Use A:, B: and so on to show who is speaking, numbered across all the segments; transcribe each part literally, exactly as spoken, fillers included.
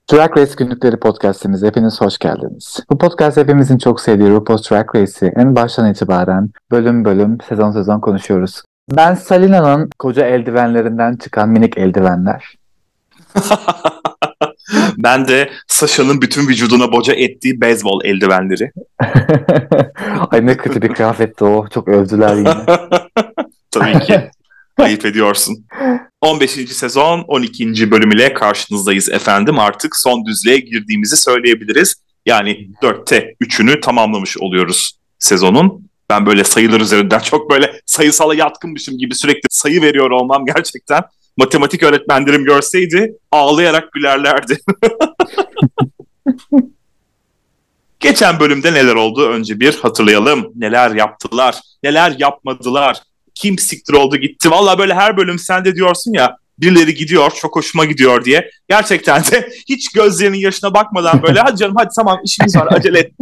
A: Drag Race Günlükleri podcastimize hepiniz hoş geldiniz. Bu podcast hepimizin çok sevdiği RuPaul's Drag Race'i en baştan itibaren bölüm bölüm, sezon sezon konuşuyoruz. Ben Salina'nın koca eldivenlerinden çıkan minik eldivenler.
B: Ben de Sasha'nın bütün vücuduna boca ettiği beyzbol eldivenleri.
A: Ay ne kötü bir kıyafetti o. Çok övdüler yine.
B: Tabii ki. Ayıp ediyorsun. on beşinci sezon on ikinci bölüm ile karşınızdayız efendim. Artık son düzlüğe girdiğimizi söyleyebiliriz. Yani dörtte üçünü tamamlamış oluyoruz sezonun. Ben böyle sayılar üzerinden çok böyle sayısala yatkınmışım gibi sürekli sayı veriyor olmam gerçekten. Matematik öğretmenlerim görseydi ağlayarak gülerlerdi. Geçen bölümde neler oldu? Önce bir hatırlayalım. Neler yaptılar, neler yapmadılar. Kim siktir oldu gitti. Vallahi böyle her bölüm sen de diyorsun ya, birileri gidiyor, çok hoşuma gidiyor diye. Gerçekten de hiç gözlerinin yaşına bakmadan böyle hadi canım hadi tamam işimiz var acele et.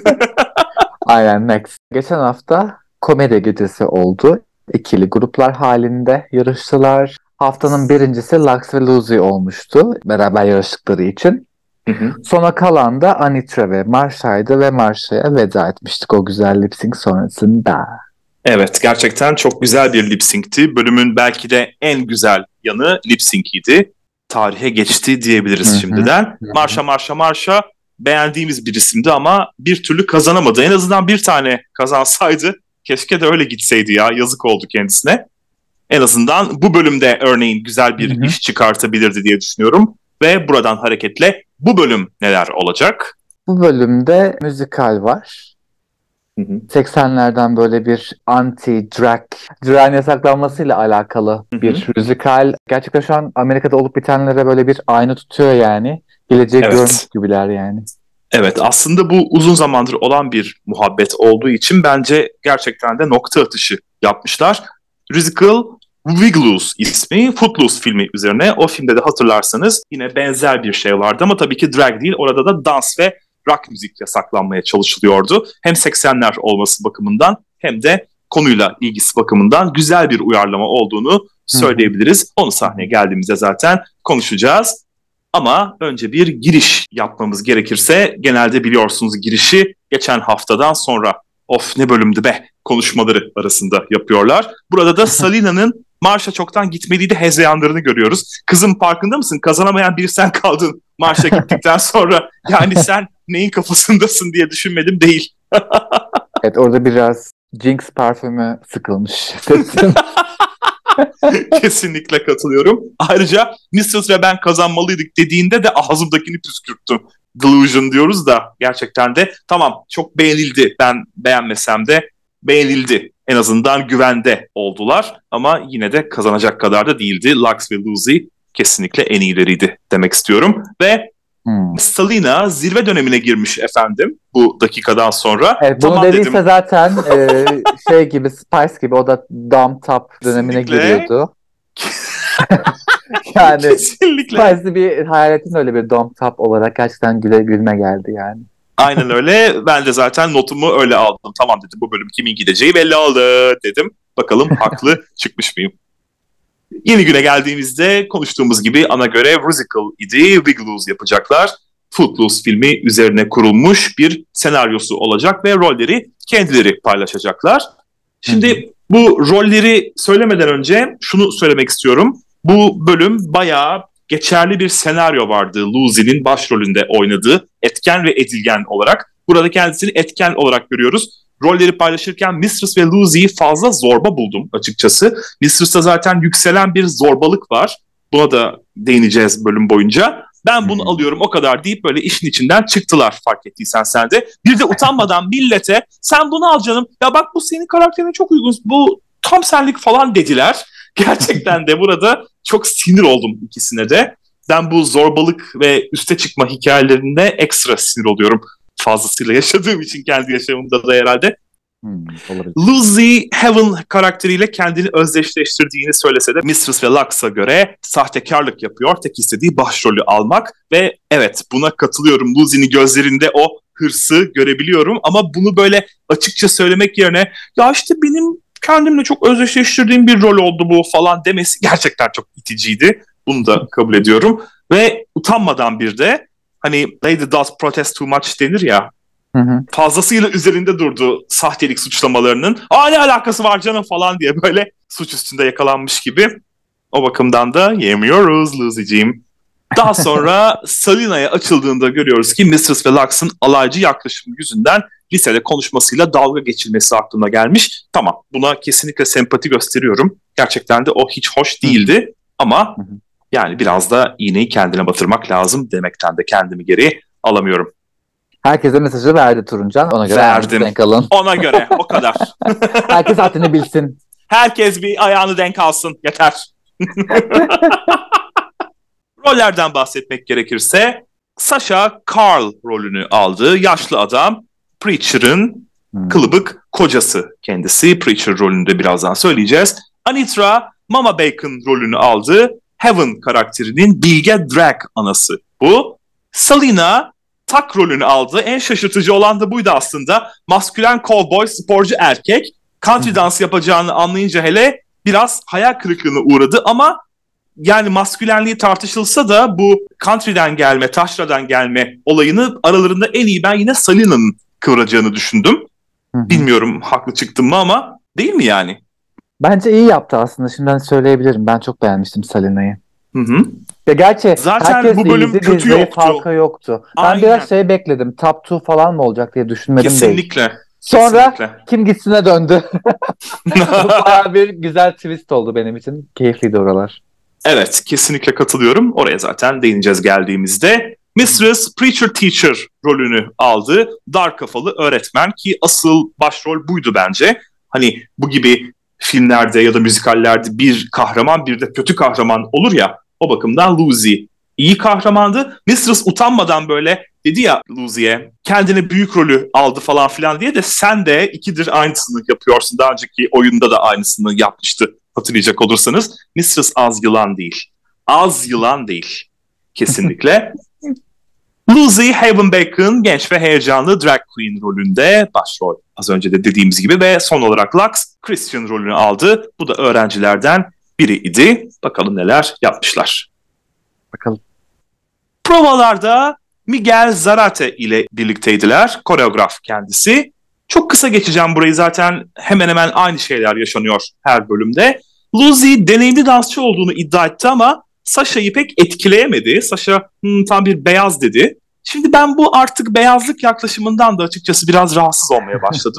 A: Aynen Max. Geçen hafta komedi gecesi oldu. İkili gruplar halinde yarıştılar. Haftanın birincisi Lux ve Lucy olmuştu beraber yarıştıkları için.
B: Hı hı.
A: Sona kalan da Anitra ve Marsha'ydı ve Marsha'ya veda etmiştik o güzel lip sync sonrasında.
B: Evet, gerçekten çok güzel bir lip sync'ti. Bölümün belki de en güzel yanı lip sync'iydi. Tarihe geçti diyebiliriz
A: Hı hı.
B: şimdiden.
A: Hı hı.
B: Marsha Marsha Marsha beğendiğimiz bir isimdi ama bir türlü kazanamadı. En azından bir tane kazansaydı keşke de öyle gitseydi ya. Yazık oldu kendisine. En azından bu bölümde örneğin güzel bir
A: Hı hı.
B: iş çıkartabilirdi diye düşünüyorum. Ve buradan hareketle bu bölüm neler olacak?
A: Bu bölümde müzikal var.
B: Hı hı.
A: seksenlerden böyle bir anti-drag, drag'ın yasaklanmasıyla alakalı
B: Hı hı.
A: bir müzikal. Gerçekten şu an Amerika'da olup bitenlere böyle bir ayna tutuyor yani. Geleceği
B: Evet.
A: görmüş gibiler yani.
B: Evet, aslında bu uzun zamandır olan bir muhabbet olduğu için bence gerçekten de nokta atışı yapmışlar. Musical Wigloose ismi Footloose filmi üzerine. O filmde de hatırlarsanız yine benzer bir şey vardı ama tabii ki drag değil. Orada da dans ve rock müzik yasaklanmaya çalışılıyordu. Hem seksenler olması bakımından hem de konuyla ilgisi bakımından güzel bir uyarlama olduğunu söyleyebiliriz. Onu sahneye geldiğimizde zaten konuşacağız. Ama önce bir giriş yapmamız gerekirse genelde biliyorsunuz girişi geçen haftadan sonra of ne bölümdü be konuşmaları arasında yapıyorlar. Burada da Salina'nın marşa çoktan gitmediği de hezeyanlarını görüyoruz. Kızım farkında mısın? Kazanamayan bir sen kaldın marşa gittikten sonra. Yani sen neyin kafasındasın diye düşünmedim değil.
A: Evet, orada biraz Jinx parfümü sıkılmış.
B: Kesinlikle katılıyorum. Ayrıca Mistress ve ben kazanmalıydık dediğinde de ağzımdakini püskürttüm. Delusion diyoruz da gerçekten de tamam çok beğenildi. Ben beğenmesem de beğenildi. En azından güvende oldular ama yine de kazanacak kadar da değildi. Lux ve Lucy kesinlikle en iyileriydi demek istiyorum. Ve
A: Hmm.
B: Salina zirve dönemine girmiş efendim bu dakikadan sonra.
A: Evet, bunu
B: tamam
A: dediyse
B: dedim.
A: zaten e, şey gibi Spice gibi o da Dumb Top dönemine
B: Kesinlikle.
A: giriyordu. Yani
B: Kesinlikle.
A: Spice'ı bir hayaletin öyle bir Dumb Top olarak gerçekten güle gülme geldi yani.
B: Aynen öyle. Ben de zaten notumu öyle aldım. Tamam dedim bu bölüm kimin gideceği belli oldu dedim. Bakalım haklı çıkmış mıyım? Yeni güne geldiğimizde konuştuğumuz gibi ana görev musical idi. Wigloose yapacaklar. Footloose filmi üzerine kurulmuş bir senaryosu olacak ve rolleri kendileri paylaşacaklar. Şimdi
A: Hı-hı.
B: bu rolleri söylemeden önce şunu söylemek istiyorum. Bu bölüm bayağı geçerli bir senaryo vardı. Lucy'nin başrolünde oynadığı etken ve edilgen olarak. Burada kendisini etken olarak görüyoruz. Rolleri paylaşırken Mistress ve Lucy'yi fazla zorba buldum açıkçası. Mistress'ta zaten yükselen bir zorbalık var. Buna da değineceğiz bölüm boyunca. Ben bunu
A: Hmm.
B: alıyorum o kadar deyip böyle işin içinden çıktılar fark ettiysen sen de. Bir de utanmadan millete sen bunu al canım. Ya bak bu senin karakterine çok uygun. Bu tam senlik falan dediler. Gerçekten de burada çok sinir oldum ikisine de. Ben bu zorbalık ve üste çıkma hikayelerinde ekstra sinir oluyorum. Fazlasıyla yaşadığım için kendi yaşamımda da herhalde.
A: Hmm, olabilir.
B: Lucy Heaven karakteriyle kendini özdeşleştirdiğini söylese de Mistress ve Lux'a göre sahtekarlık yapıyor. Tek istediği başrolü almak ve evet buna katılıyorum. Lucy'nin gözlerinde o hırsı görebiliyorum ama bunu böyle açıkça söylemek yerine ya işte benim kendimle çok özdeşleştirdiğim bir rol oldu bu falan demesi gerçekten çok iticiydi. Bunu da kabul ediyorum. Ve utanmadan bir de hani lady does protest too much denir ya.
A: Hı hı.
B: Fazlasıyla üzerinde durdu sahtelik suçlamalarının. Aa ne alakası var canım falan diye böyle suç üstünde yakalanmış gibi. O bakımdan da yemiyoruz Lucy'ciğim. Daha sonra Salina'ya açıldığında görüyoruz ki Mistress ve Lux'ın alaycı yaklaşımı yüzünden lisede konuşmasıyla dalga geçilmesi aklına gelmiş. Tamam, buna kesinlikle sempati gösteriyorum. Gerçekten de o hiç hoş değildi. Ama yani biraz da iğneyi kendine batırmak lazım demekten de kendimi geri alamıyorum.
A: Herkese mesajı verdi Turuncan. Ona göre
B: Verdim.
A: denk alın.
B: Ona göre o kadar.
A: Herkes haddini bilsin.
B: Herkes bir ayağını denk alsın. Yeter. Rollerden bahsetmek gerekirse Sasha Carl rolünü aldı. Yaşlı adam, Preacher'ın hmm. kılıbık kocası kendisi. Preacher rolünde birazdan söyleyeceğiz. Anitra Mama Bacon rolünü aldı. Heaven karakterinin bilge drag anası bu. Salina Tak rolünü aldı. En şaşırtıcı olan da buydu aslında. Maskülen cowboy, sporcu erkek. Country dans yapacağını anlayınca hele biraz hayal kırıklığına uğradı ama yani maskülenliği tartışılsa da bu country'den gelme, taşradan gelme olayını aralarında en iyi ben yine Salina'nın kıvıracağını düşündüm. Hı hı. Bilmiyorum haklı çıktım mı ama değil mi yani?
A: Bence iyi yaptı aslında. Şimdiden söyleyebilirim. Ben çok beğenmiştim Salina'yı.
B: Hı hı.
A: Ya gerçi
B: zaten bu bölüm
A: iyiydi,
B: kötü yoktu.
A: Farkı yoktu.
B: Aynen.
A: Ben biraz şey bekledim. Top iki falan mı olacak diye düşünmedim.
B: Kesinlikle.
A: Değil. Sonra
B: Kesinlikle.
A: Kim Gitsin'e döndü. Bayağı bir güzel twist oldu benim için. Keyifliydi oralar.
B: Evet, kesinlikle katılıyorum. Oraya zaten değineceğiz geldiğimizde. Mistress Preacher Teacher rolünü aldı. Dar kafalı öğretmen ki asıl başrol buydu bence. Hani bu gibi filmlerde ya da müzikallerde bir kahraman bir de kötü kahraman olur ya. O bakımdan Lucy iyi kahramandı. Mistress utanmadan böyle dedi ya Lucy'ye kendine büyük rolü aldı falan filan diye de sen de ikidir aynısını yapıyorsun. Daha önceki oyunda da aynısını yapmıştı hatırlayacak olursanız. Mistress az yılan değil. Az yılan değil. Kesinlikle. Lucy Haven Bacon genç ve heyecanlı drag queen rolünde başrol. Az önce de dediğimiz gibi ve son olarak Lux Christian rolünü aldı. Bu da öğrencilerden biriydi. Bakalım neler yapmışlar.
A: Bakalım.
B: Provalarda Miguel Zarate ile birlikteydiler. Koreograf kendisi. Çok kısa geçeceğim burayı, zaten hemen hemen aynı şeyler yaşanıyor her bölümde. Lucy deneyimli dansçı olduğunu iddia etti ama Sasha'yı pek etkileyemedi. Sasha hmm, tam bir beyaz dedi. Şimdi ben bu artık beyazlık yaklaşımından da açıkçası biraz rahatsız olmaya başladım.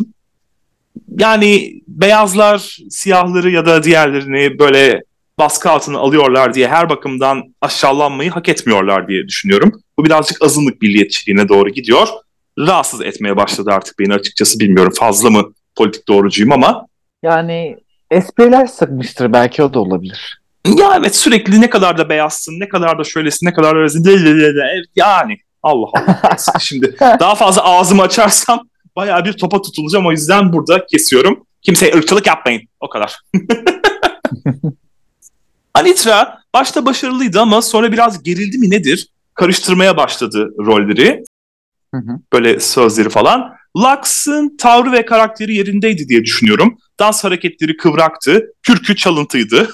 B: Yani beyazlar siyahları ya da diğerlerini böyle baskı altına alıyorlar diye her bakımdan aşağılanmayı hak etmiyorlar diye düşünüyorum. Bu birazcık azınlık milliyetçiliğine doğru gidiyor. Rahatsız etmeye başladı artık beni açıkçası, bilmiyorum fazla mı politik doğrucuyum ama.
A: Yani espriler sıkmıştır, belki o da olabilir.
B: Ya evet, sürekli ne kadar da beyazsın, ne kadar da şöylesin, ne kadar da öylesin. Yani Allah Allah. Şimdi daha fazla ağzımı açarsam bayağı bir topa tutulacağım, o yüzden burada kesiyorum. Kimseye ırkçılık yapmayın, o kadar. Anitra başta başarılıydı ama sonra biraz gerildi mi nedir? Karıştırmaya başladı rolleri.
A: Hı hı.
B: Böyle sözleri falan. Lux'ın tavrı ve karakteri yerindeydi diye düşünüyorum. Dans hareketleri kıvraktı. Kürkü çalıntıydı.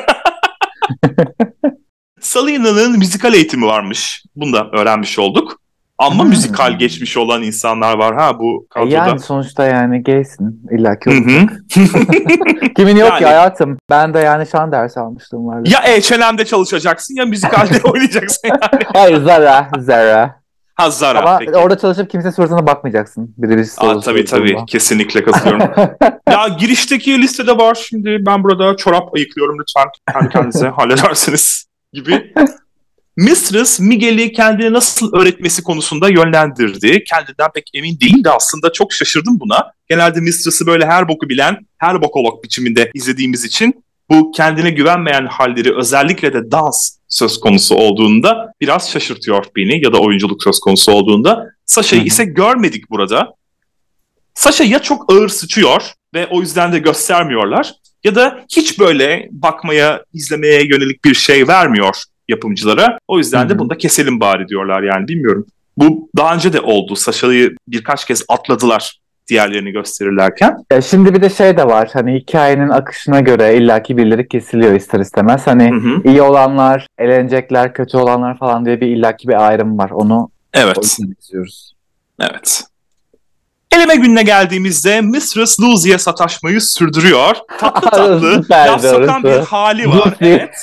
B: Salina'nın müzikal eğitimi varmış. Bunu da öğrenmiş olduk. Ama hmm. müzikal geçmiş olan insanlar var ha bu kadroda.
A: Yani sonuçta yani gaysin. İlla ki olacak. Kimin yok yani, ki hayatım. Ben de yani şan dersi almıştım vardı.
B: Ya H and M'de çalışacaksın ya müzikalde oynayacaksın yani.
A: Hayır Zara. Zara.
B: Ha Zara.
A: Ama
B: peki.
A: Orada çalışıp kimse suratına bakmayacaksın. Biri birisi
B: Aa, tabii tabii ama. Kesinlikle katılıyorum. Ya girişteki listede var şimdi, ben burada çorap ayıklıyorum, lütfen kendi kendinize halledersiniz gibi. Mistress Miguel'i kendine nasıl öğretmesi konusunda yönlendirdi. Kendinden pek emin değildi aslında, çok şaşırdım buna. Genelde Mistress'ı böyle her boku bilen, her bokolog biçiminde izlediğimiz için bu kendine güvenmeyen halleri, özellikle de dans söz konusu olduğunda biraz şaşırtıyor beni, ya da oyunculuk söz konusu olduğunda. Sasha'yı ise görmedik burada. Sasha ya çok ağır sıçıyor ve o yüzden de göstermiyorlar, ya da hiç böyle bakmaya, izlemeye yönelik bir şey vermiyor yapımcılara. O yüzden de bunu da keselim bari diyorlar, yani bilmiyorum. Bu daha önce de oldu. Sasha'yı birkaç kez atladılar diğerlerini gösterirlerken.
A: Ya şimdi bir de şey de var, hani hikayenin akışına göre illaki birileri kesiliyor ister istemez. Hani hı hı. iyi olanlar, eğlenecekler, kötü olanlar falan diye bir illaki bir ayrım var. Onu
B: Evet.
A: O yüzden izliyoruz.
B: Evet. Eleme gününe geldiğimizde mistress Lucy'ye sataşmayı sürdürüyor. Tatlı tatlı laf sokan bir hali var.
A: Lucy.
B: Evet.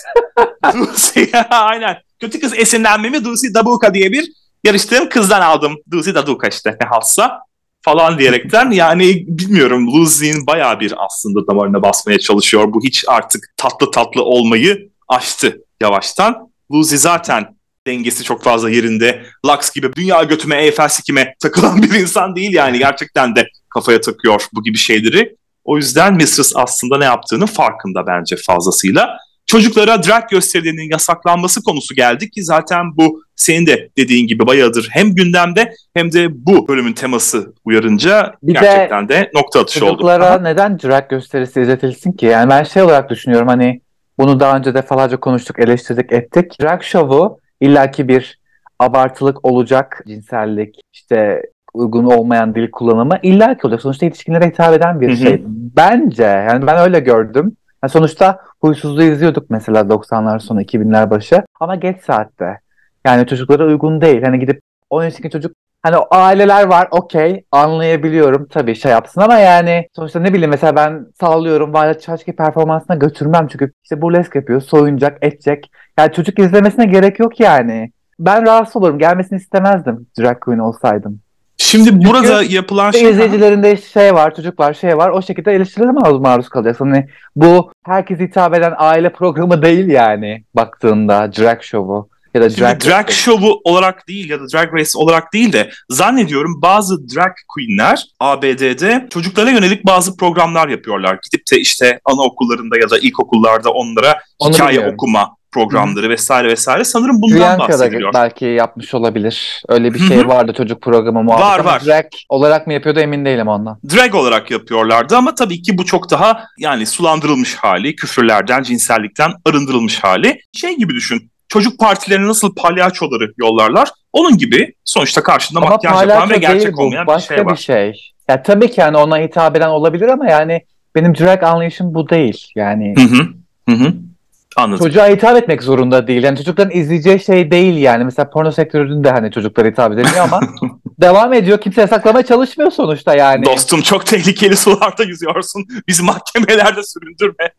B: Lucy aynen. Kötü kız esinlenmemi Lucy Dabuka diye bir yarıştığım kızdan aldım. Lucy Dabuka işte ne halsa falan diyerekten yani bilmiyorum Lucy'nin bayağı bir aslında damarına basmaya çalışıyor. Bu hiç artık tatlı tatlı olmayı aştı yavaştan. Lucy zaten dengesi çok fazla yerinde. Lux gibi dünya götüme, Eiffel sikime takılan bir insan değil yani. Gerçekten de kafaya takıyor bu gibi şeyleri. O yüzden mistress aslında ne yaptığının farkında bence fazlasıyla. Çocuklara drag gösterilerinin yasaklanması konusu geldi ki zaten bu senin de dediğin gibi bayağıdır hem gündemde hem de bu bölümün teması uyarınca bir gerçekten de, de nokta atışı oldu.
A: Çocuklara neden drag gösterisi izletilsin ki? Yani ben şey olarak düşünüyorum hani bunu daha önce defalarca konuştuk, eleştirdik, ettik. Drag show'u illaki bir abartılık olacak, cinsellik, işte uygun olmayan dil kullanımı illaki olacak. Sonuçta yetişkinlere hitap eden bir Hı-hı. şey. Bence yani ben öyle gördüm. Yani sonuçta Huysuzluğu izliyorduk mesela doksanlar sonu iki binler başı ama geç saatte. Yani çocuklara uygun değil. Hani gidip on yaşındaki çocuk hani o aileler var okey anlayabiliyorum tabii şey yapsın ama yani sonuçta ne bileyim mesela ben sallıyorum Violet Chachki performansına götürmem çünkü işte burlesk yapıyor soyunacak edecek. Yani çocuk izlemesine gerek yok yani. Ben rahatsız olurum gelmesini istemezdim drag queen olsaydım.
B: Şimdi çünkü burada yapılan şey...
A: İzleyicilerinde şey var, çocuk var, şey var. O şekilde eleştirilere maruz, maruz kalacaksın. Hani bu herkes hitap eden aile programı değil yani baktığında drag show'u. Ya da
B: drag, drag show'u olarak değil ya da drag race olarak değil de zannediyorum bazı drag queenler A B D'de çocuklara yönelik bazı programlar yapıyorlar. Gidip de işte anaokullarında ya da ilkokullarda onlara Onu hikaye biliyorum. okuma programları Hı-hı. vesaire vesaire. Sanırım bundan Bianca bahsediliyor.
A: Belki yapmış olabilir. Öyle bir şey Hı-hı. vardı çocuk programı muhabbet.
B: Var var.
A: Drag olarak mı yapıyordu emin değilim ondan.
B: Drag olarak yapıyorlardı ama tabii ki bu çok daha yani sulandırılmış hali, küfürlerden, cinsellikten arındırılmış hali. Şey gibi düşün. Çocuk partilerine nasıl palyaçoları yollarlar. Onun gibi sonuçta karşında ama makyaj yapan ve gerçek olmayan bir şey var.
A: Başka bir şey. Ya tabii ki yani ona hitap eden olabilir ama yani benim drag anlayışım bu değil. Yani
B: hı hı. Hı hı. Anladım.
A: Çocuğa hitap etmek zorunda değil. Yani çocukların izleyeceği şey değil yani. Mesela porno sektöründe hani çocuklara hitap ediliyor ama devam ediyor. Kimse yasaklamaya çalışmıyor sonuçta yani.
B: Dostum çok tehlikeli sularda yüzüyorsun. Bizi mahkemelerde süründürme.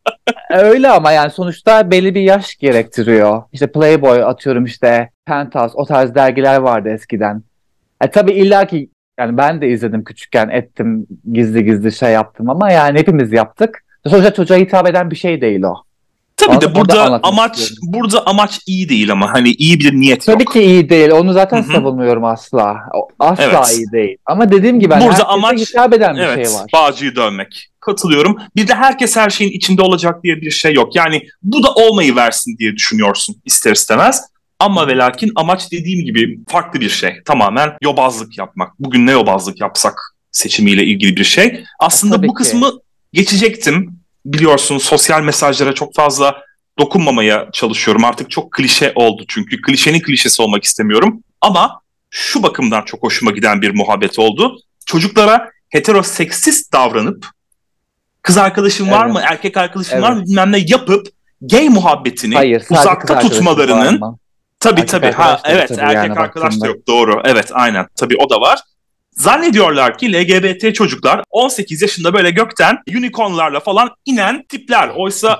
A: Öyle ama yani sonuçta belli bir yaş gerektiriyor. İşte Playboy atıyorum işte Penthouse o tarz dergiler vardı eskiden. E tabii illaki yani ben de izledim küçükken ettim gizli gizli şey yaptım ama yani hepimiz yaptık. Sonuçta çocuğa hitap eden bir şey değil o.
B: Tabii Anladım, de burada amaç istiyorum. burada amaç iyi değil ama hani iyi bir niyet
A: Tabii
B: yok.
A: Tabii ki iyi değil. Onu zaten Hı-hı. savunmuyorum asla. Asla evet. iyi değil. Ama dediğim gibi hani burada amaç hitap eden bir evet, şey var.
B: Bağcıyı dövmek. Katılıyorum. Bir de herkes her şeyin içinde olacak diye bir şey yok. Yani bu da olmayı versin diye düşünüyorsun ister istemez. Ama ve lakin amaç dediğim gibi farklı bir şey. Tamamen yobazlık yapmak. Bugün ne yobazlık yapsak seçimiyle ilgili bir şey. Aslında e, bu ki. kısmı geçecektim. Biliyorsun sosyal mesajlara çok fazla dokunmamaya çalışıyorum. Artık çok klişe oldu çünkü. Klişenin klişesi olmak istemiyorum. Ama şu bakımdan çok hoşuma giden bir muhabbet oldu. Çocuklara heteroseksist davranıp kız arkadaşın evet. var mı, erkek arkadaşın evet. var mı bilmem ne yapıp gay muhabbetini Hayır, uzakta tutmalarının tabii erkek tabii ha evet tabii erkek yani arkadaş baktığında. da yok doğru. Evet aynen. Tabii o da var. Zannediyorlar ki L G B T çocuklar on sekiz yaşında böyle gökten unicornlarla falan inen tipler. Oysa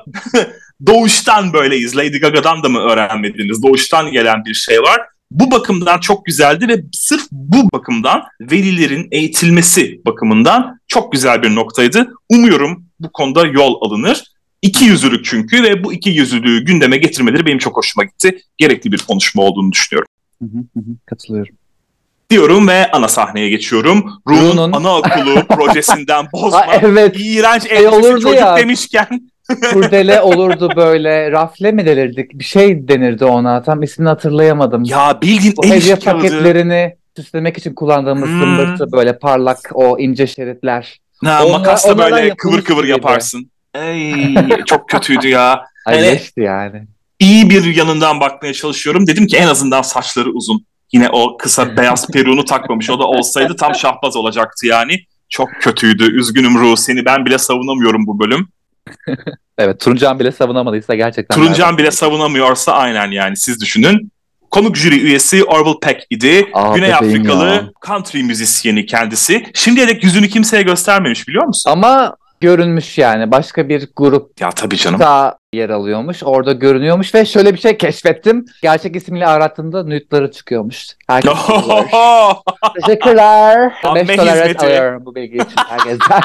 B: doğuştan böyleyiz. Lady Gaga'dan da mı öğrenmediniz? Doğuştan gelen bir şey var. Bu bakımdan çok güzeldi ve sırf bu bakımdan velilerin eğitilmesi bakımından çok güzel bir noktaydı. Umuyorum bu konuda yol alınır. İki yüzlülük çünkü ve bu iki yüzlülüğü gündeme getirmeleri benim çok hoşuma gitti. Gerekli bir konuşma olduğunu düşünüyorum.
A: Hı hı hı, katılıyorum.
B: Diyorum ve ana sahneye geçiyorum. Ru'nun anaokulu projesinden bozma, ha, evet. iğrenç elbisesi çocuk ya. demişken.
A: Kurdele olurdu böyle, rafle mi denirdik? Bir şey denirdi ona, tam ismini hatırlayamadım.
B: Ya bildiğin
A: el işi hediye paketlerini süslemek için kullandığımız hmm. zımbırtı böyle parlak o ince şeritler.
B: Ha, Onlar, makasla böyle kıvır kıvır gibiydi. Yaparsın. Ey, çok kötüydü ya.
A: Ay yani, geçti yani.
B: İyi bir yanından bakmaya çalışıyorum. Dedim ki en azından saçları uzun. Yine o kısa beyaz peruğunu takmamış. O da olsaydı tam şahbaz olacaktı yani. Çok kötüydü. Üzgünüm Ruh. Seni ben bile savunamıyorum bu bölüm.
A: Evet. Turuncan bile savunamadıysa gerçekten.
B: Turuncan bile savunamıyorsa aynen yani. Siz düşünün. Konuk jüri üyesi Orville Peck idi.
A: Aa,
B: Güney Afrikalı
A: ya.
B: country müzisyeni kendisi. Şimdiye dek yüzünü kimseye göstermemiş, biliyor musun?
A: Ama görünmüş yani. Başka bir grup
B: Ya tabii canım.
A: daha yer alıyormuş. Orada görünüyormuş ve şöyle bir şey keşfettim. Gerçek ismiyle arattığımda nude'ları çıkıyormuş. Herkes teşekkürler.
B: Amme
A: beş dolar
B: hizmeti.
A: alıyorum bu bilgi için herkesten.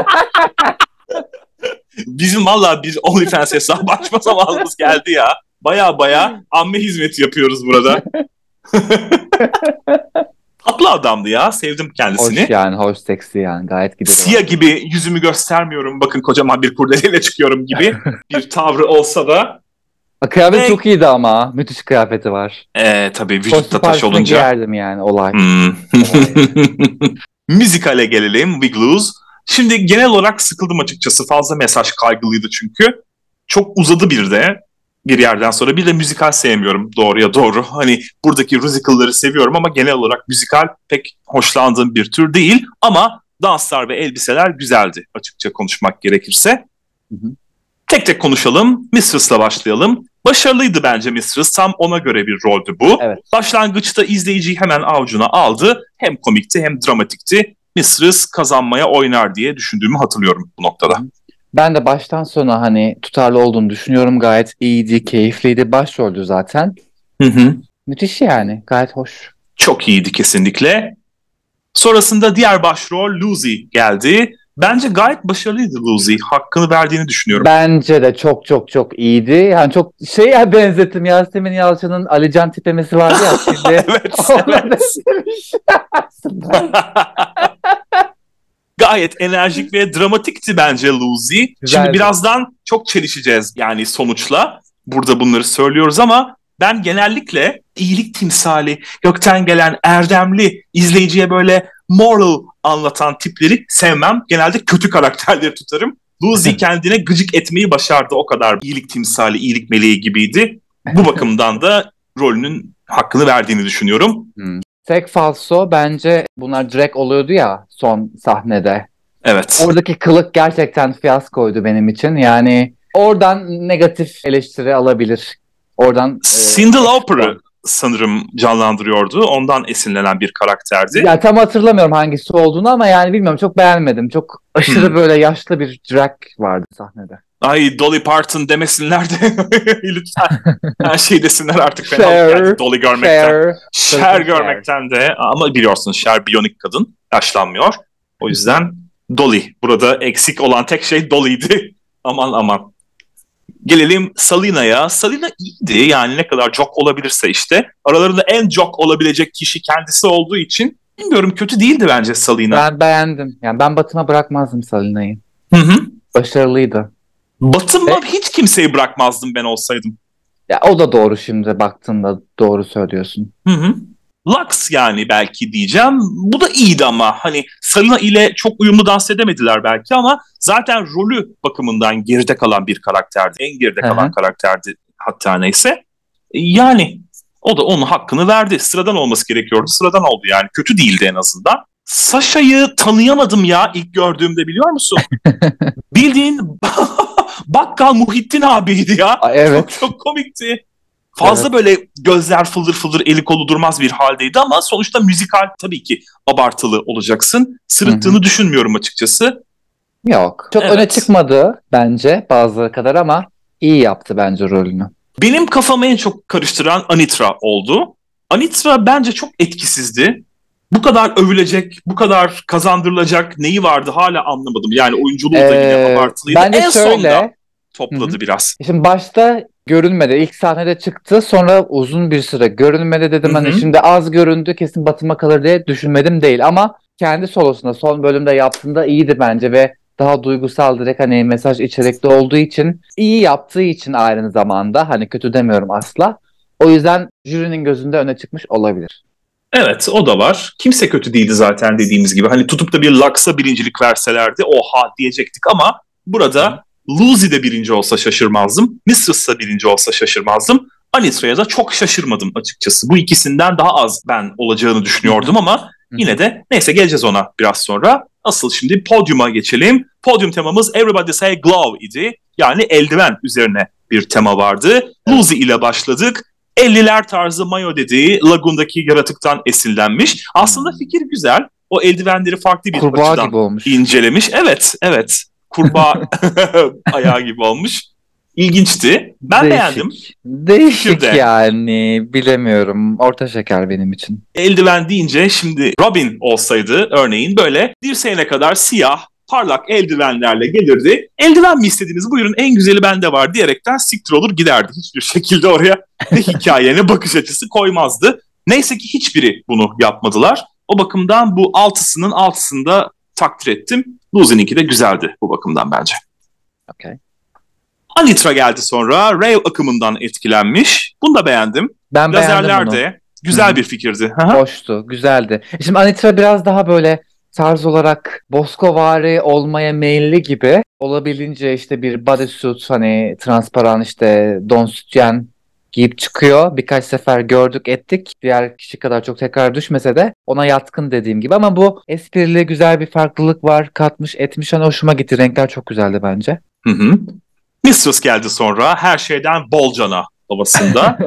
B: Bizim valla bir OnlyFans hesabı açma zamanımız geldi ya. Baya baya amme hizmeti yapıyoruz burada. Tatlı adamdı ya. Sevdim kendisini.
A: Hoş yani. Hoş, seksi yani. Gayet gidiyor.
B: Sia gibi yüzümü göstermiyorum. Bakın kocaman bir kurdeleyle çıkıyorum gibi bir tavrı olsa da.
A: Kıyafet
B: Ve-
A: çok iyiydi ama. Müthiş kıyafeti var.
B: Ee, tabii
A: Kostüm
B: vücutta taş
A: partisine
B: olunca.
A: giyerdim yani olay.
B: Hmm. Müzikale gelelim. Wigloos. Şimdi genel olarak sıkıldım açıkçası. Fazla mesaj kaygılıydı çünkü. Çok uzadı bir de bir yerden sonra. Bir de müzikal sevmiyorum, doğruya doğru. Hani buradaki musical'ları seviyorum ama genel olarak müzikal pek hoşlandığım bir tür değil. Ama danslar ve elbiseler güzeldi açıkça konuşmak gerekirse.
A: Hı hı.
B: Tek tek konuşalım. Mistress'la başlayalım. Başarılıydı bence Mistress. Tam ona göre bir roldü bu.
A: Evet.
B: Başlangıçta izleyiciyi hemen avucuna aldı. Hem komikti hem dramatikti. Mistress kazanmaya oynar diye düşündüğümü hatırlıyorum bu noktada.
A: Ben de baştan sona hani tutarlı olduğunu düşünüyorum. Gayet iyiydi, keyifliydi. Başroldü zaten.
B: Hı hı.
A: Müthiş yani. Gayet hoş.
B: Çok iyiydi kesinlikle. Sonrasında diğer başrol Lucy geldi. Bence gayet başarılıydı Lucy. Hakkını verdiğini düşünüyorum.
A: Bence de çok çok çok iyiydi. Yani çok şeye benzettim. Yasemin Yalçın'ın Alican tiplemesi vardı ya şimdi.
B: Evet,
A: Ona
B: evet.
A: benzemiş.
B: Gayet enerjik ve dramatikti bence Lucy.
A: Güzeldi.
B: Şimdi birazdan çok çelişeceğiz yani sonuçla. Burada bunları söylüyoruz ama ben genellikle iyilik timsali, gökten gelen erdemli, izleyiciye böyle moral anlatan tipleri sevmem. Genelde kötü karakterleri tutarım. Lucy kendine gıcık etmeyi başardı. O kadar iyilik timsali, iyilik meleği gibiydi. Bu bakımdan da rolünün hakkını verdiğini düşünüyorum.
A: Hmm. Tek falso bence bunlar drag oluyordu ya son sahnede.
B: Evet.
A: Oradaki kılık gerçekten fiyaskoydu benim için. Yani oradan negatif eleştiri alabilir. Oradan
B: Cyndi Lauper'ı sanırım canlandırıyordu. Ondan esinlenen bir karakterdi.
A: ya tam hatırlamıyorum hangisi olduğunu ama yani bilmiyorum, çok beğenmedim. Çok aşırı
B: Hmm.
A: böyle yaşlı bir drag vardı sahnede.
B: Ay Dolly Parton demesinler de lütfen her şey desinler artık, fena
A: Cher,
B: geldi Dolly görmekten.
A: Cher,
B: Cher
A: Cher.
B: görmekten de, ama biliyorsun Cher biyonik kadın, yaşlanmıyor. O yüzden Dolly. Burada eksik olan tek şey Dolly'ydi. Aman aman. Gelelim Salina'ya. Salina iyiydi yani, ne kadar jock olabilirse işte. Aralarında en jock olabilecek kişi kendisi olduğu için bilmiyorum, kötü değildi bence Salina.
A: Ben beğendim. Yani ben Batım'a bırakmazdım Salina'yı.
B: Hı hı.
A: Başarılıydı.
B: Batım'da hiç kimseyi bırakmazdım ben olsaydım.
A: Ya o da doğru, şimdi baktığında doğru söylüyorsun.
B: Hı hı. Lux yani belki diyeceğim. Bu da iyiydi ama hani Salina ile çok uyumlu dans edemediler belki ama zaten rolü bakımından geride kalan bir karakterdi. En geride
A: Hı hı.
B: kalan karakterdi hatta neyse. Yani o da onun hakkını verdi. Sıradan olması gerekiyordu. Sıradan oldu yani. Kötü değildi en azından. Sasha'yı tanıyamadım ya ilk gördüğümde, biliyor musun? Bildiğin Bakkal Muhittin abiydi ya.
A: Aa, evet.
B: Çok, çok komikti. Fazla
A: Evet.
B: böyle gözler fıldır fıldır, eli kolu durmaz bir haldeydi ama sonuçta müzikal, tabii ki abartılı olacaksın. Sırıttığını
A: Hı hı.
B: düşünmüyorum açıkçası.
A: Yok. Çok
B: Evet.
A: öne çıkmadı bence bazıları kadar ama iyi yaptı bence rolünü.
B: Benim kafamı en çok karıştıran Anitra oldu. Anitra bence çok etkisizdi. Bu kadar övülecek, bu kadar kazandırılacak neyi vardı hala anlamadım. Yani oyunculuğu da yine
A: Ee,
B: abartılıydı.
A: bence
B: En sonda
A: şöyle.
B: topladı
A: Hı hı.
B: biraz.
A: Şimdi başta görünmedi. İlk sahnede çıktı. Sonra uzun bir süre görünmedi dedim.
B: Hı hı.
A: Hani şimdi az göründü, kesin Batım'a kalır diye düşünmedim değil. Ama kendi solosunda son bölümde yaptığında iyiydi bence ve daha duygusal, direkt hani mesaj içerikli olduğu için, iyi yaptığı için aynı zamanda, hani kötü demiyorum asla. O yüzden jürinin gözünde öne çıkmış olabilir.
B: Evet, o da var. Kimse kötü değildi zaten, dediğimiz gibi. Hani tutup da bir Lux'a birincilik verselerdi oha diyecektik ama burada Lucy de birinci olsa şaşırmazdım. Mistress da birinci olsa şaşırmazdım. Anitra'ya da çok şaşırmadım açıkçası. Bu ikisinden daha az ben olacağını düşünüyordum ama yine de neyse, geleceğiz ona biraz sonra. Asıl şimdi podyuma geçelim. Podyum temamız Everybody Say Glove idi. Yani eldiven üzerine bir tema vardı. Lucy ile başladık. elliler tarzı mayo dediği Lagoon'daki yaratıktan esinlenmiş. Aslında fikir güzel. O eldivenleri farklı bir
A: Kurbağa
B: açıdan
A: gibi olmuş.
B: incelemiş. Evet, evet. Kurbağa ayağı gibi olmuş. İlginçti. Ben
A: Değişik.
B: beğendim.
A: Değişik
B: Şurada.
A: yani. Bilemiyorum. Orta şeker benim için.
B: Eldiven deyince şimdi Robin olsaydı örneğin böyle dirseğine kadar siyah parlak eldivenlerle gelirdi. Eldiven mi istediniz? Buyurun en güzeli bende var diyerekten siktir olur giderdi. Hiçbir şekilde oraya ne hikayene bakış açısı koymazdı. Neyse ki hiçbiri bunu yapmadılar. O bakımdan bu altısının altısını da takdir ettim. Lucy'ninki de güzeldi bu bakımdan bence.
A: Okay.
B: Anitra geldi sonra. Rave akımından etkilenmiş. Bunu da beğendim.
A: Ben beğendim
B: Lazerler
A: bunu.
B: de güzel
A: Hı-hı.
B: bir fikirdi.
A: Hoştu, güzeldi. Şimdi Anitra biraz daha böyle tarz olarak Bosco-vari olmaya meyilli gibi. Olabildiğince işte bir bodysuit, hani transparan işte don sütyen giyip çıkıyor. Birkaç sefer gördük ettik. Diğer kişi kadar çok tekrar düşmese de ona yatkın dediğim gibi. Ama bu esprili güzel bir farklılık var. Katmış etmiş. Hani hoşuma gitti. Renkler çok güzeldi bence.
B: Hı hı. Mistress geldi sonra. Her şeyden bolcana havasında.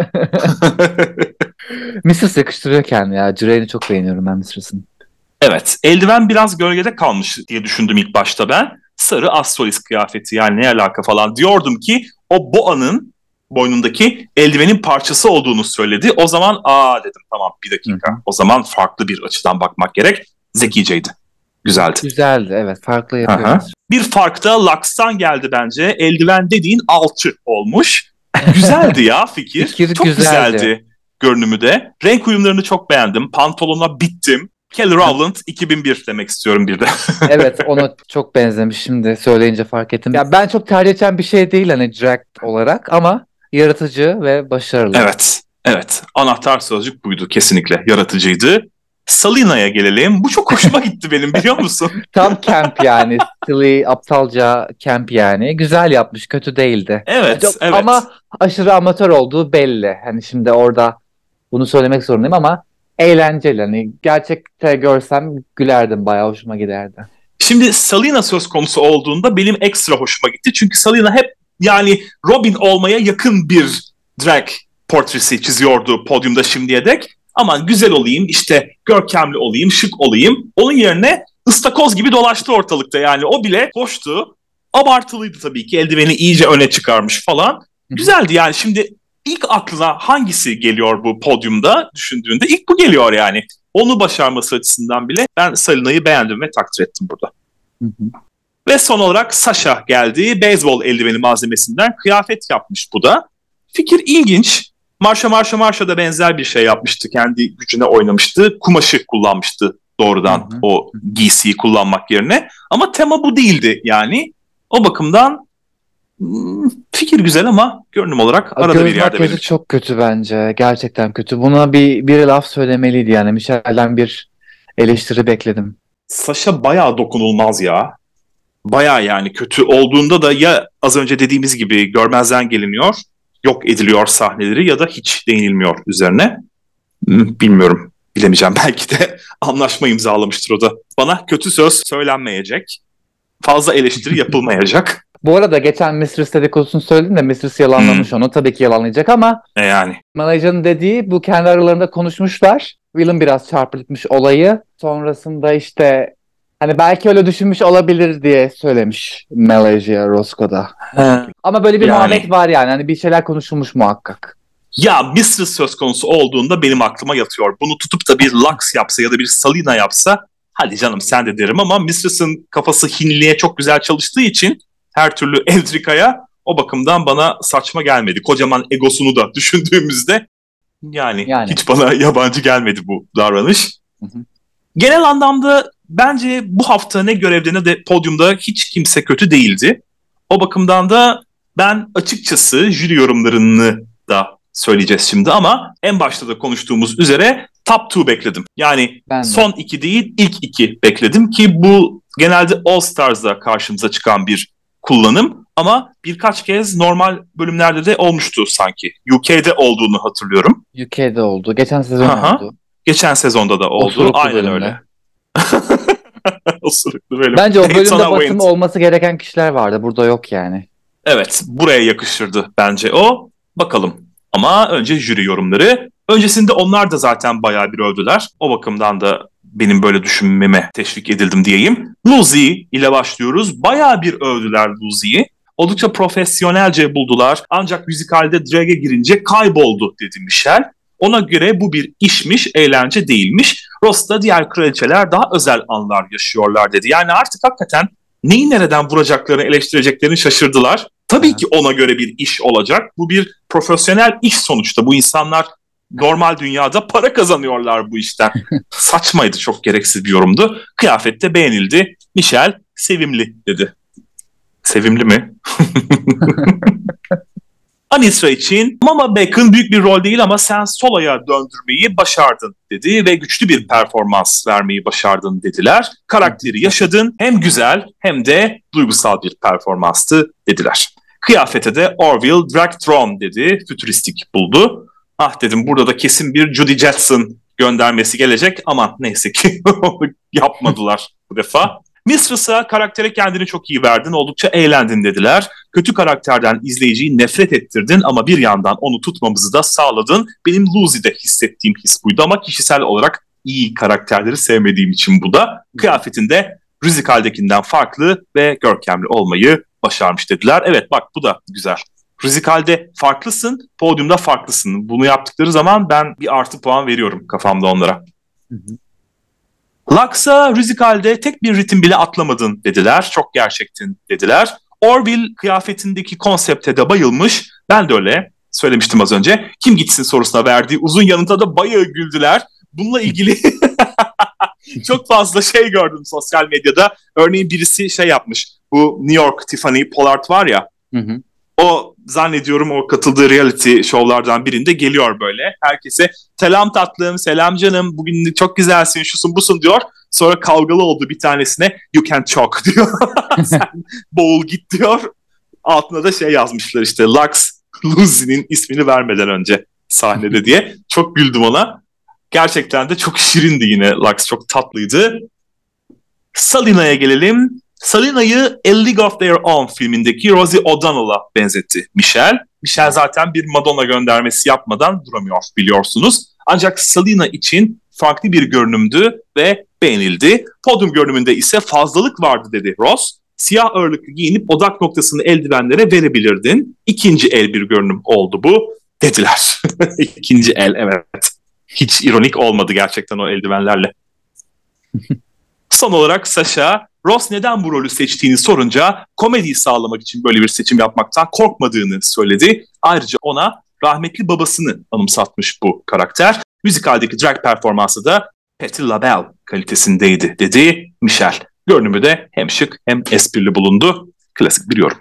A: Mistress yakıştırıyor kendini ya. Jiraiyan'ı çok beğeniyorum ben Mistress'ın.
B: Evet. Eldiven biraz gölgede kalmış diye düşündüm ilk başta ben. Sarı Astolis kıyafeti yani ne alaka falan diyordum ki o Boa'nın boynundaki eldivenin parçası olduğunu söyledi. O zaman aa dedim tamam bir dakika. Hı hı. O zaman farklı bir açıdan bakmak gerek. Zekiceydi. Güzeldi.
A: Güzeldi evet. Farklı yapıyor.
B: Bir fark da Lux'tan geldi bence. Eldiven dediğin alçı olmuş. Güzeldi ya fikir. fikir çok güzeldi. güzeldi görünümü de. Renk uyumlarını çok beğendim. Pantolona bittim. Kelly Rowland iki bin bir demek istiyorum bir de.
A: Evet ona çok benzemiş şimdi söyleyince fark ettim. Ya ben çok tercih edeceğim bir şey değil hani drag olarak ama yaratıcı ve başarılı.
B: Evet, evet. Anahtar sözcük buydu kesinlikle. Yaratıcıydı. Salina'ya gelelim. Bu çok hoşuma gitti benim biliyor musun?
A: Tam camp yani. Silly, aptalca camp yani. Güzel yapmış, kötü değildi.
B: Evet,
A: çok,
B: evet.
A: Ama aşırı amatör olduğu belli. Hani şimdi orada bunu söylemek zorundayım ama eğlenceli. Hani gerçekte görsem gülerdim, bayağı hoşuma giderdi.
B: Şimdi Salina söz konusu olduğunda benim ekstra hoşuma gitti. Çünkü Salina hep yani Robin olmaya yakın bir drag portresi çiziyordu podyumda şimdiye dek. Aman güzel olayım, işte görkemli olayım, şık olayım. Onun yerine ıstakoz gibi dolaştı ortalıkta yani. O bile hoştu. Abartılıydı tabii ki. Eldiveni iyice öne çıkarmış falan. Güzeldi yani. Şimdi ilk aklına hangisi geliyor bu podyumda düşündüğünde? İlk bu geliyor yani. Onu başarması açısından bile ben Salina'yı beğendim ve takdir ettim burada. Hı hı. Ve son olarak Sasha geldi. Beyzbol eldiveni malzemesinden kıyafet yapmış bu da. Fikir ilginç. Marsha Marsha Marsha da benzer bir şey yapmıştı. Kendi gücüne oynamıştı. Kumaşı kullanmıştı doğrudan hı hı. o giysiyi kullanmak yerine. Ama tema bu değildi yani. O bakımdan fikir güzel ama görünüm olarak arada
A: Göz
B: bir yerde benim için.
A: Çok kötü bence. Gerçekten kötü. Buna bir, bir laf söylemeliydi yani. Michelle'den bir eleştiri bekledim.
B: Sasha bayağı dokunulmaz ya. Bayağı yani kötü olduğunda da ya az önce dediğimiz gibi görmezden geliniyor, yok ediliyor sahneleri ya da hiç değinilmiyor üzerine. Bilmiyorum, bilemeyeceğim. Belki de anlaşma imzalamıştır o da. Bana kötü söz söylenmeyecek, fazla eleştiri yapılmayacak.
A: Bu arada geçen Mistress dedikodusunu söyledim de Mistress yalanlamış hmm. onu. Tabii ki yalanlayacak ama
B: e yani.
A: Malaysia'nın dediği bu kendi aralarında konuşmuşlar. Will'in biraz çarpıtmış olayı. Sonrasında işte hani belki öyle düşünmüş olabilir diye söylemiş Malaysia Roscoe'da. Ama böyle bir yani. muhabbet var yani. Hani bir şeyler konuşulmuş muhakkak.
B: Ya Mistress söz konusu olduğunda benim aklıma yatıyor. Bunu tutup da bir Lux yapsa ya da bir Salina yapsa hadi canım sen de derim ama Mistress'ın kafası hinliğe çok güzel çalıştığı için her türlü Eldrica'ya o bakımdan bana saçma gelmedi. Kocaman egosunu da düşündüğümüzde yani, yani. hiç bana yabancı gelmedi bu davranış. Hı hı. Genel anlamda bence bu hafta ne görevde ne de podyumda hiç kimse kötü değildi. O bakımdan da ben açıkçası jüri yorumlarını da söyleyeceğiz şimdi ama en başta da konuştuğumuz üzere top iki bekledim. Yani son iki değil ilk iki bekledim ki bu genelde All Stars'da karşımıza çıkan bir kullanım ama birkaç kez normal bölümlerde de olmuştu sanki. U K'de olduğunu hatırlıyorum.
A: U K'de oldu. Geçen sezon Aha. oldu.
B: Geçen sezonda da oldu.
A: Osuruklu
B: Aynen
A: bölümde.
B: öyle. Osuruklu bölüm.
A: Bence o bölümde basımı olması gereken kişiler vardı. Burada yok yani.
B: Evet. Buraya yakışırdı bence o. Bakalım. Ama önce jüri yorumları. Öncesinde onlar da zaten bayağı bir övdüler. O bakımdan da benim böyle düşünmeme teşvik edildim diyeyim. Lucy ile başlıyoruz. Bayağı bir övdüler Lucy'yi. Oldukça profesyonelce buldular. Ancak müzikalde drag'e girince kayboldu dedi Michelle. Ona göre bu bir işmiş, eğlence değilmiş. Ross da diğer kraliçeler daha özel anlar yaşıyorlar dedi. Yani artık hakikaten neyi nereden vuracaklarını, eleştireceklerini şaşırdılar. Tabii ki ona göre bir iş olacak. Bu bir profesyonel iş sonuçta. Bu insanlar normal dünyada para kazanıyorlar bu işten. Saçmaydı, çok gereksiz bir yorumdu. Kıyafette beğenildi. Michelle sevimli dedi. Sevimli mi? Anitra için Mama Bacon büyük bir rol değil ama sen Sola'ya döndürmeyi başardın dedi ve güçlü bir performans vermeyi başardın dediler. Karakteri yaşadın, hem güzel hem de duygusal bir performanstı dediler. Kıyafete de Orville Dragthrone dedi, fütüristik buldu. Ah dedim, burada da kesin bir Judy Jetson göndermesi gelecek ama neyse ki yapmadılar bu defa. Mistress'a karaktere kendini çok iyi verdin, oldukça eğlendin dediler. Kötü karakterden izleyiciyi nefret ettirdin ama bir yandan onu tutmamızı da sağladın. Benim Lucy'de hissettiğim his buydu ama kişisel olarak iyi karakterleri sevmediğim için bu da. Kıyafetinde Rüzikal'dekinden farklı ve görkemli olmayı başarmış dediler. Evet bak, bu da güzel. Rüzikal'de farklısın, podyumda farklısın. Bunu yaptıkları zaman ben bir artı puan veriyorum kafamda onlara. Hı hı. Lux'a Rüzikal'de tek bir ritim bile atlamadın dediler. Çok gerçektin dediler. Orville kıyafetindeki konsepte de bayılmış. Ben de öyle söylemiştim az önce. Kim gitsin sorusuna verdiği uzun yanıta da bayağı güldüler. Bununla ilgili çok fazla şey gördüm sosyal medyada. Örneğin birisi şey yapmış. Bu New York Tiffany Pollard var ya. Hı hı. O zannediyorum o katıldığı reality şovlardan birinde geliyor böyle. Herkese selam tatlım, selam canım, bugün çok güzelsin, şusun busun diyor. Sonra kavgalı oldu bir tanesine, you can choke diyor. Sen boğul git diyor. Altına da şey yazmışlar işte, Lux, Lucy'nin ismini vermeden önce sahnede diye. Çok güldüm ona. Gerçekten de çok şirindi yine Lux, çok tatlıydı. Salina'ya gelelim. Salina'yı A League of Their Own filmindeki Rosie O'Donnell'a benzetti Michelle. Michelle zaten bir Madonna göndermesi yapmadan duramıyor biliyorsunuz. Ancak Salina için farklı bir görünümdü ve beğenildi. Podyum görünümünde ise fazlalık vardı dedi Ross. Siyah ağırlıklı giyinip odak noktasını eldivenlere verebilirdin. İkinci el bir görünüm oldu bu dediler. İkinci el, evet. Hiç ironik olmadı gerçekten o eldivenlerle. Son olarak Sasha, Ross neden bu rolü seçtiğini sorunca komediyi sağlamak için böyle bir seçim yapmaktan korkmadığını söyledi. Ayrıca ona rahmetli babasını anımsatmış bu karakter. Müzikaldeki drag performansı da Patti LaBelle kalitesindeydi dedi Michelle. Görünümü de hem şık hem esprili bulundu. Klasik bir yorum.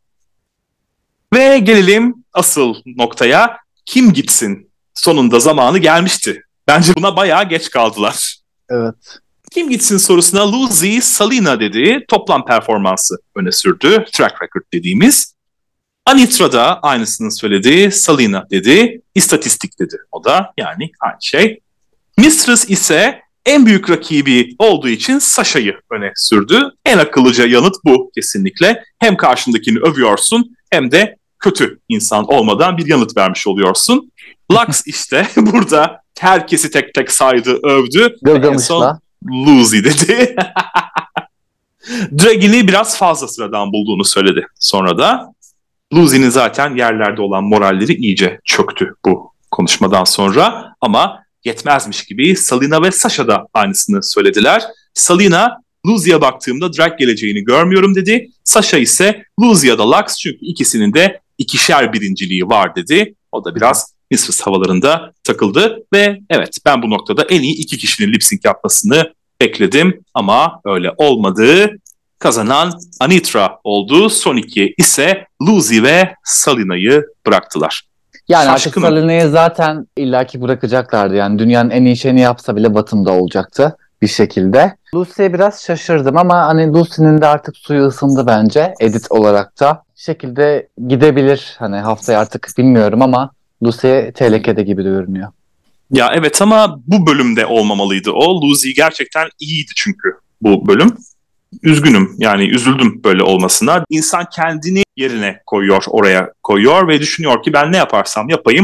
B: Ve gelelim asıl noktaya. Kim gitsin? Sonunda zamanı gelmişti. Bence buna bayağı geç kaldılar.
A: Evet.
B: Kim gitsin sorusuna Lucy Salina dedi. Toplam performansı öne sürdü. Track record dediğimiz. Anitra da aynısını söyledi. Salina dedi. İstatistik dedi o da. Yani aynı şey. Mistress ise en büyük rakibi olduğu için Sasha'yı öne sürdü. En akıllıca yanıt bu kesinlikle. Hem karşındakini övüyorsun hem de kötü insan olmadan bir yanıt vermiş oluyorsun. Lux işte burada herkesi tek tek saydı, övdü.
A: Gılgamışla.
B: Lucy dedi. Dragin'i biraz fazla sıradan bulduğunu söyledi. Sonra da Lucy'nin zaten yerlerde olan moralleri iyice çöktü bu konuşmadan sonra. Ama yetmezmiş gibi Salina ve Sasha da aynısını söylediler. Salina, Lucy'ye baktığımda drag geleceğini görmüyorum dedi. Sasha ise Lucy'ya da Lux, çünkü ikisinin de ikişer birinciliği var dedi. O da biraz Mistress havalarında takıldı ve evet, ben bu noktada en iyi iki kişinin lip sync yapmasını bekledim ama öyle olmadı. Kazanan Anitra oldu. Son iki ise Lucy ve Salina'yı bıraktılar.
A: Yani artık Salina'yı zaten illaki bırakacaklardı. Yani dünyanın en iyi şeyini yapsa bile Bottom'da olacaktı bir şekilde. Lucy'ye biraz şaşırdım ama hani Lucy'nin de artık suyu ısındı bence edit olarak da. Bir şekilde gidebilir hani haftaya, artık bilmiyorum ama Lucy tehlikede gibi görünüyor.
B: Ya evet, ama bu bölümde olmamalıydı o. Lucy gerçekten iyiydi çünkü bu bölüm. Üzgünüm, yani üzüldüm böyle olmasına. İnsan kendini yerine koyuyor, oraya koyuyor ve düşünüyor ki ben ne yaparsam yapayım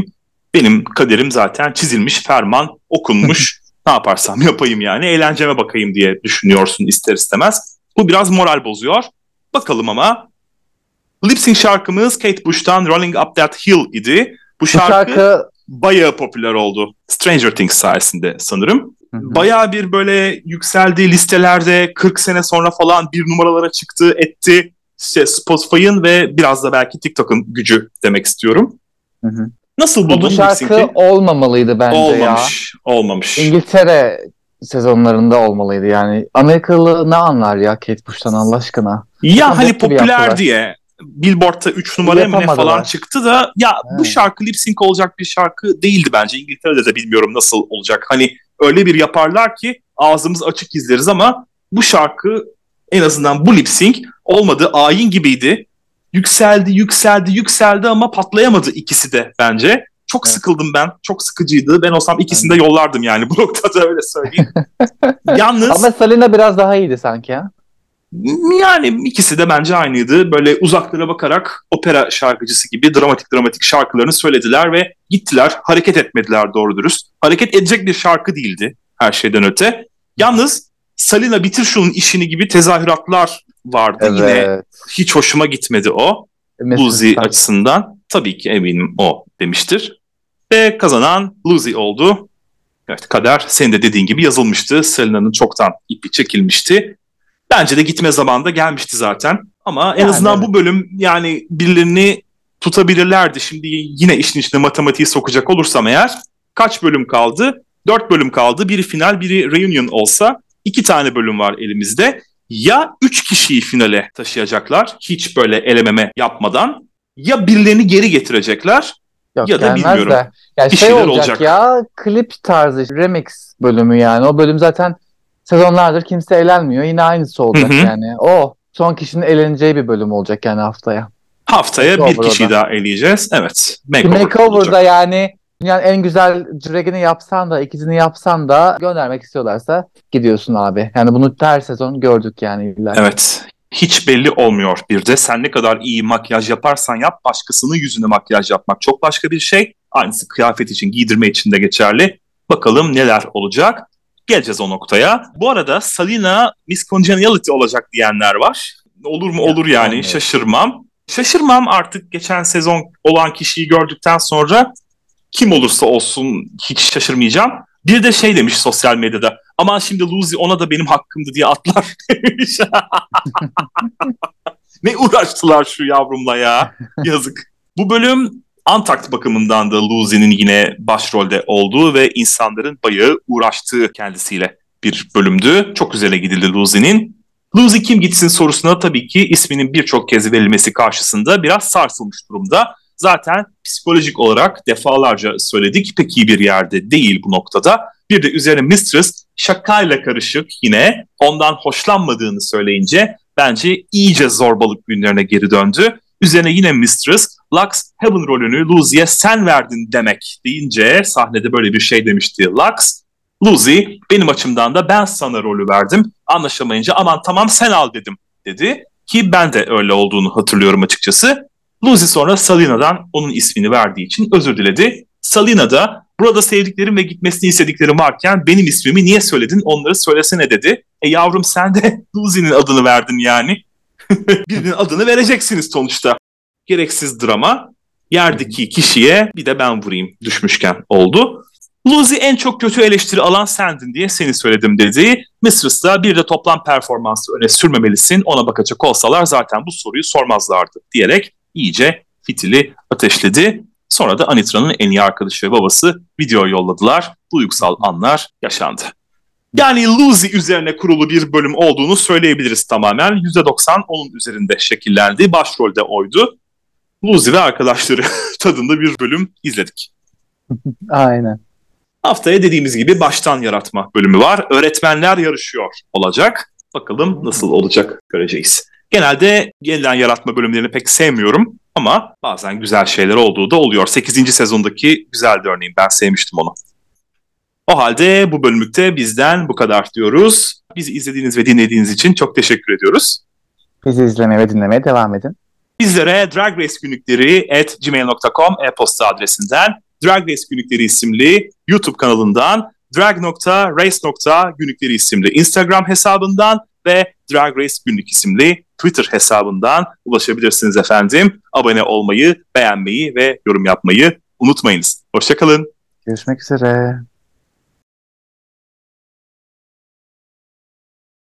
B: benim kaderim zaten çizilmiş, ferman okunmuş. Ne yaparsam yapayım yani, eğlenceme bakayım diye düşünüyorsun ister istemez. Bu biraz moral bozuyor. Bakalım ama. Lip sync şarkımız Kate Bush'tan Rolling Up That Hill idi. Bu şarkı, Bu şarkı... bayağı popüler oldu. Stranger Things sayesinde sanırım. Hı hı. Bayağı bir böyle yükseldi listelerde, kırk sene sonra falan bir numaralara çıktı, etti. İşte Spotify'ın ve biraz da belki TikTok'un gücü demek istiyorum. Hı hı. Nasıl buldun
A: bu şarkı olmamalıydı bence
B: olmamış,
A: ya.
B: Olmamış, olmamış.
A: İngiltere sezonlarında olmalıydı yani. Amerikalı ne anlar ya Kate Bush'tan Allah aşkına?
B: Ya hani popüler diye Billboard'ta üç numaraya mı ne falan çıktı da ya He. bu şarkı lip sync olacak bir şarkı değildi bence. İngiltere'de de bilmiyorum nasıl olacak. Hani öyle bir yaparlar ki ağzımız açık izleriz ama bu şarkı en azından bu lip sync olmadı. Ayin gibiydi. Yükseldi, yükseldi, yükseldi ama patlayamadı ikisi de bence. Çok evet. sıkıldım ben. Çok sıkıcıydı. Ben olsam ikisini de yollardım yani bu noktada, öyle söyleyeyim. Yalnız
A: ama Salina biraz daha iyiydi sanki ya.
B: Yani ikisi de bence aynıydı. Böyle uzaklara bakarak opera şarkıcısı gibi dramatik dramatik şarkılarını söylediler ve gittiler. Hareket etmediler doğru dürüst. Hareket edecek bir şarkı değildi her şeyden öte. Yalnız Salina bitir şunun işini gibi tezahüratlar vardı. Evet. Yine hiç hoşuma gitmedi o. Lucy açısından. Tabii ki eminim o demiştir. Ve kazanan Lucy oldu. Evet, kader senin de dediğin gibi yazılmıştı. Salina'nın çoktan ipi çekilmişti. Bence de gitme zamanı da gelmişti zaten. Ama en yani, azından evet. bu bölüm yani birilerini tutabilirlerdi. Şimdi yine işin içine matematiği sokacak olursam eğer kaç bölüm kaldı? Dört bölüm kaldı. Biri final, biri reunion olsa iki tane bölüm var elimizde. Ya üç kişiyi finale taşıyacaklar hiç böyle elememe yapmadan, ya birilerini geri getirecekler. Yok, ya da bilmiyorum. De.
A: Yani şey olacak, olacak ya, klip tarzı remix bölümü yani. O bölüm zaten sezonlardır kimse eğlenmiyor. Yine aynısı olacak. Hı hı. Yani. O son kişinin eğleneceği bir bölüm olacak yani haftaya.
B: Haftaya Makeover bir kişiyi daha eleyeceğiz. Evet.
A: Makeover Makeover'da yani dünyanın en güzel dragini yapsan da, ikizini yapsan da göndermek istiyorlarsa gidiyorsun abi. Yani bunu her sezon gördük yani. Illa.
B: Evet. Hiç belli olmuyor bir de. Sen ne kadar iyi makyaj yaparsan yap, başkasının yüzüne makyaj yapmak çok başka bir şey. Aynısı kıyafet için, giydirme için de geçerli. Bakalım neler olacak. Geleceğiz o noktaya. Bu arada Salina Miss Congeniality olacak diyenler var. Olur mu? Olur yani. Evet. Şaşırmam. Şaşırmam artık geçen sezon olan kişiyi gördükten sonra kim olursa olsun hiç şaşırmayacağım. Bir de şey demiş sosyal medyada. Aman şimdi Lucy ona da benim hakkımdı diye atlar demiş. Ne uğraştılar şu yavrumla ya. Yazık. Bu bölüm Untucked bakımından da Lucy'nin yine başrolde olduğu ve insanların bayağı uğraştığı kendisiyle bir bölümdü. Çok üzerine gidildi Lucy'nin. Lucy kim gitsin sorusuna tabii ki isminin birçok kez verilmesi karşısında biraz sarsılmış durumda. Zaten psikolojik olarak defalarca söyledik, pek iyi bir yerde değil bu noktada. Bir de üzerine Mistress şakayla karışık yine ondan hoşlanmadığını söyleyince bence iyice zorbalık günlerine geri döndü. Üzerine yine Mistress, Lux Heaven rolünü Lucy'ye sen verdin demek deyince sahnede böyle bir şey demişti Lux. Lucy benim açımdan da ben sana rolü verdim. Anlaşamayınca aman tamam sen al dedim dedi. Ki ben de öyle olduğunu hatırlıyorum açıkçası. Lucy sonra Salina'dan onun ismini verdiği için özür diledi. Salina da burada sevdiklerim ve gitmesini istediklerim varken benim ismimi niye söyledin onları söylesene dedi. E yavrum sen de Lucy'nin adını verdin yani. Birinin adını vereceksiniz sonuçta. Gereksiz drama. Yerdeki kişiye bir de ben vurayım düşmüşken oldu. Lucy en çok kötü eleştiri alan sendin diye seni söyledim dedi. Mistress da bir de toplam performansı öne sürmemelisin, ona bakacak olsalar zaten bu soruyu sormazlardı diyerek iyice fitili ateşledi. Sonra da Anitra'nın en iyi arkadaşı ve babası video yolladılar. Duygusal anlar yaşandı. Yani Lucy üzerine kurulu bir bölüm olduğunu söyleyebiliriz tamamen. yüzde doksan onun üzerinde şekillendi. Başrolde oydu. Lucy ve arkadaşları tadında bir bölüm izledik.
A: Aynen.
B: Haftaya dediğimiz gibi baştan yaratma bölümü var. Öğretmenler yarışıyor olacak. Bakalım nasıl olacak göreceğiz. Genelde yeniden yaratma bölümlerini pek sevmiyorum ama bazen güzel şeyler olduğu da oluyor. sekizinci sezondaki güzeldi örneğin, ben sevmiştim onu. O halde bu bölümlükte bizden bu kadar diyoruz. Bizi izlediğiniz ve dinlediğiniz için çok teşekkür ediyoruz.
A: Bizi izlemeye ve dinlemeye devam edin.
B: Bizlere Drag Race günlükleri at gmail nokta com e-posta adresinden Drag Race Günlükleri isimli YouTube kanalından, drag.race.günlükleri isimli Instagram hesabından ve Drag Race Günlük isimli Twitter hesabından ulaşabilirsiniz efendim. Abone olmayı, beğenmeyi ve yorum yapmayı unutmayınız. Hoşça kalın.
A: Görüşmek üzere.